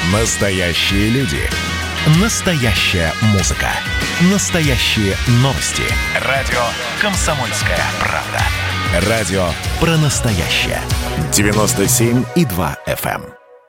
Настоящие люди. Настоящая музыка. Настоящие новости. Радио «Комсомольская правда». Радио про настоящее. 97,2 FM.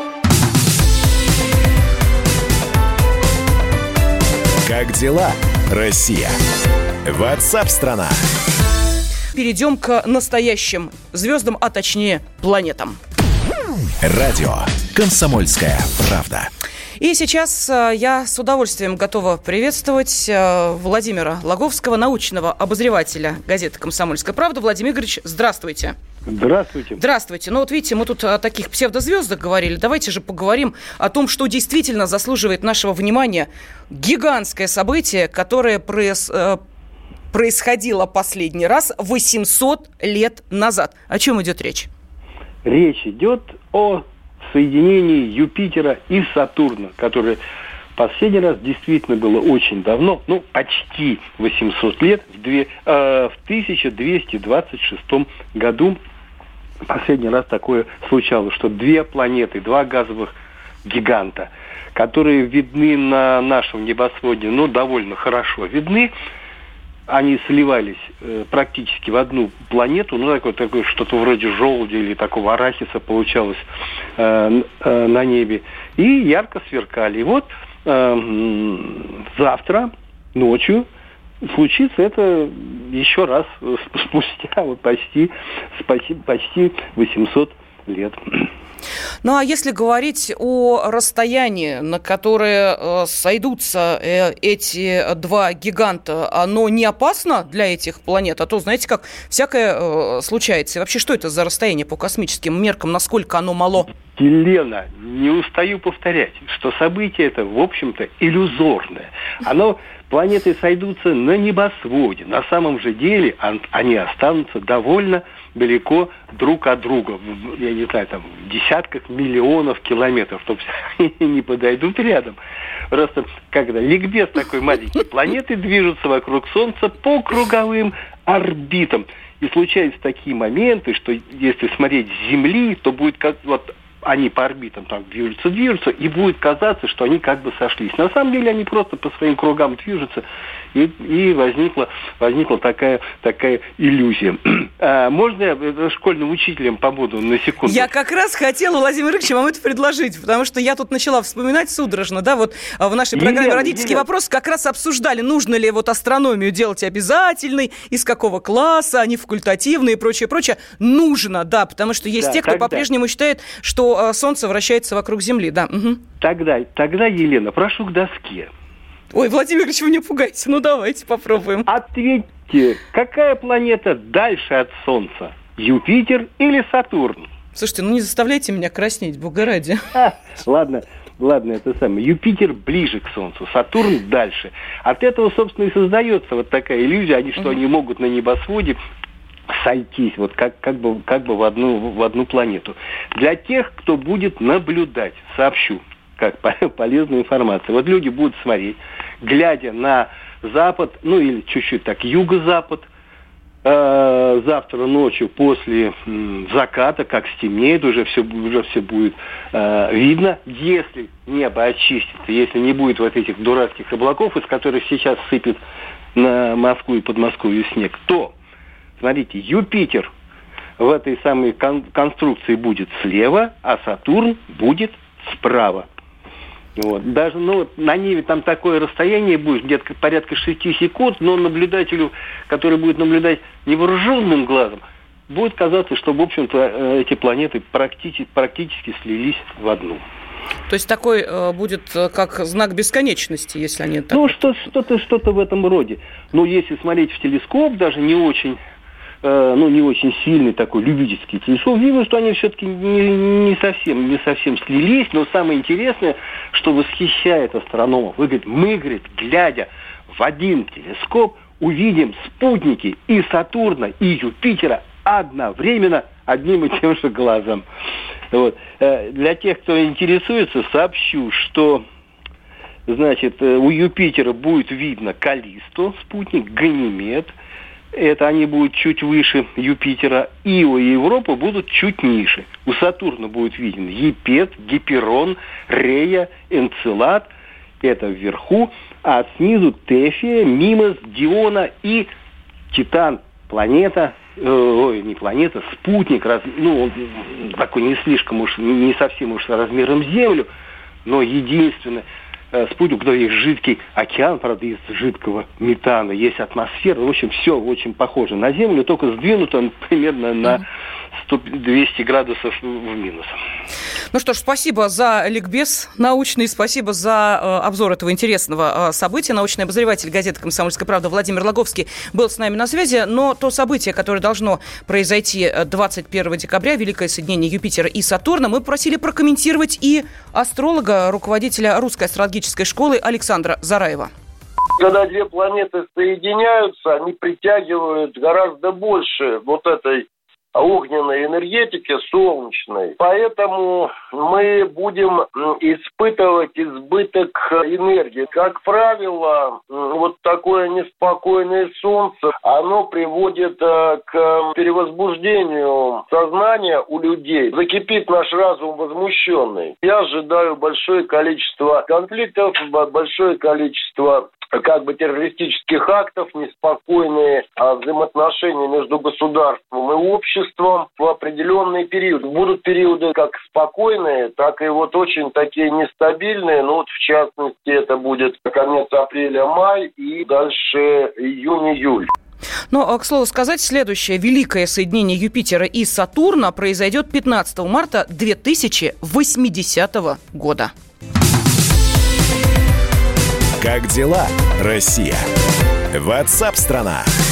Как дела, Россия? WhatsApp-страна. Перейдем к настоящим звездам, а точнее планетам. Радио «Комсомольская правда». И сейчас я с удовольствием готова приветствовать Владимира Логовского, научного обозревателя газеты «Комсомольская правда». Владимир Игоревич, здравствуйте. Здравствуйте. Здравствуйте. Ну вот видите, мы тут о таких псевдозвездах говорили. Давайте же поговорим о том, что действительно заслуживает нашего внимания. Гигантское событие, которое происходило последний раз 800 лет назад. О чем идет речь? Речь идет о соединении Юпитера и Сатурна, которое последний раз действительно было очень давно, почти 800 лет, в 1226 году последний раз такое случалось, что две планеты, два газовых гиганта, которые видны на нашем небосводе, довольно хорошо видны, они сливались практически в одну планету, такое что-то вроде желуди или такого арахиса получалось на небе, и ярко сверкали. И вот завтра ночью случится это еще раз спустя почти 800 лет. Ну, а если говорить о расстоянии, на которое сойдутся эти два гиганта, оно не опасно для этих планет? А то, знаете, как всякое случается. И вообще, что это за расстояние по космическим меркам? Насколько оно мало? Елена, не устаю повторять, что событие это, в общем-то, иллюзорное. Планеты сойдутся на небосводе. На самом же деле они останутся довольно далеко друг от друга. Я не знаю, в десятках миллионов километров. То есть они не подойдут рядом. Просто когда ликбез такой маленькой планеты движутся вокруг Солнца по круговым орбитам. И случаются такие моменты, что если смотреть с Земли, то будет как они по орбитам так движутся, и будет казаться, что они как бы сошлись. На самом деле они просто по своим кругам движутся, и возникла такая иллюзия. Можно я школьным учителем побуду на секунду? Я как раз хотела, Владимир Ильич, вам это предложить, потому что я тут начала вспоминать судорожно, в нашей программе «Родительский вопрос» как раз обсуждали, нужно ли астрономию делать обязательной, из какого класса, они факультативные и прочее. Нужно, да, потому что есть те, кто по-прежнему считает, что Солнце вращается вокруг Земли, да. Угу. Тогда, Елена, прошу к доске. Ой, Владимир Ильич, вы не пугайте. Давайте попробуем. Ответьте, какая планета дальше от Солнца? Юпитер или Сатурн? Слушайте, не заставляйте меня краснеть, бога ради. Ладно, это самое. Юпитер ближе к Солнцу, Сатурн дальше. От этого, собственно, и создается такая иллюзия, что они могут на небосводе сойтись, как бы в одну планету. Для тех, кто будет наблюдать, сообщу, как полезную информацию. Люди будут смотреть, глядя на запад, или чуть-чуть так, юго-запад, завтра ночью после заката, как стемнеет, уже все будет видно. Если небо очистится, если не будет этих дурацких облаков, из которых сейчас сыпет на Москву и Подмосковье снег, то смотрите, Юпитер в этой самой конструкции будет слева, а Сатурн будет справа. Даже на небе там такое расстояние будет, где-то порядка 6 секунд, но наблюдателю, который будет наблюдать невооруженным глазом, будет казаться, что, в общем-то, эти планеты практически слились в одну. То есть такой будет как знак бесконечности, если они так... Что-то в этом роде. Если смотреть в телескоп, даже не очень сильный такой любительский телескоп, видно, что они все-таки не совсем слились, но самое интересное, что восхищает астрономов, мы, глядя в один телескоп, увидим спутники и Сатурна, и Юпитера одновременно одним и тем же глазом. Для тех, кто интересуется, сообщу, что у Юпитера будет видно Каллисту, спутник, Ганимед, это они будут чуть выше Юпитера, Ио и Европа будут чуть ниже. У Сатурна будет виден Епет, Гиперон, Рея, Энцелад, это вверху, а снизу Тефия, Мимос, Диона и Титан, планета, не планета, спутник, он такой не слишком уж, не совсем уж размером с Землю, но единственное, спутник, у которого есть жидкий океан, правда, из жидкого метана, есть атмосфера. В общем, все очень похоже на Землю, только сдвинуто примерно на 200 градусов в минус. Ну что ж, спасибо за ликбез научный, спасибо за обзор этого интересного события. Научный обозреватель газеты «Комсомольская правда» Владимир Логовский был с нами на связи. Но то событие, которое должно произойти 21 декабря, великое соединение Юпитера и Сатурна, мы просили прокомментировать и астролога, руководителя русской астрологической школы Александра Зараева. Когда две планеты соединяются, они притягивают гораздо больше вот этой огненной энергетики солнечной. Поэтому мы будем испытывать избыток энергии. Как правило, вот такое неспокойное солнце, оно приводит к перевозбуждению сознания у людей. Закипит наш разум возмущенный. Я ожидаю большое количество конфликтов, большое количество террористических актов, неспокойные взаимоотношения между государством и обществом в определенный период. Будут периоды как спокойные, так и вот очень такие нестабильные. В частности, это будет конец апреля-май и дальше июнь-июль. Но, к слову сказать, следующее великое соединение Юпитера и Сатурна произойдет 15 марта 2080 года. Как дела, Россия? WhatsApp-страна.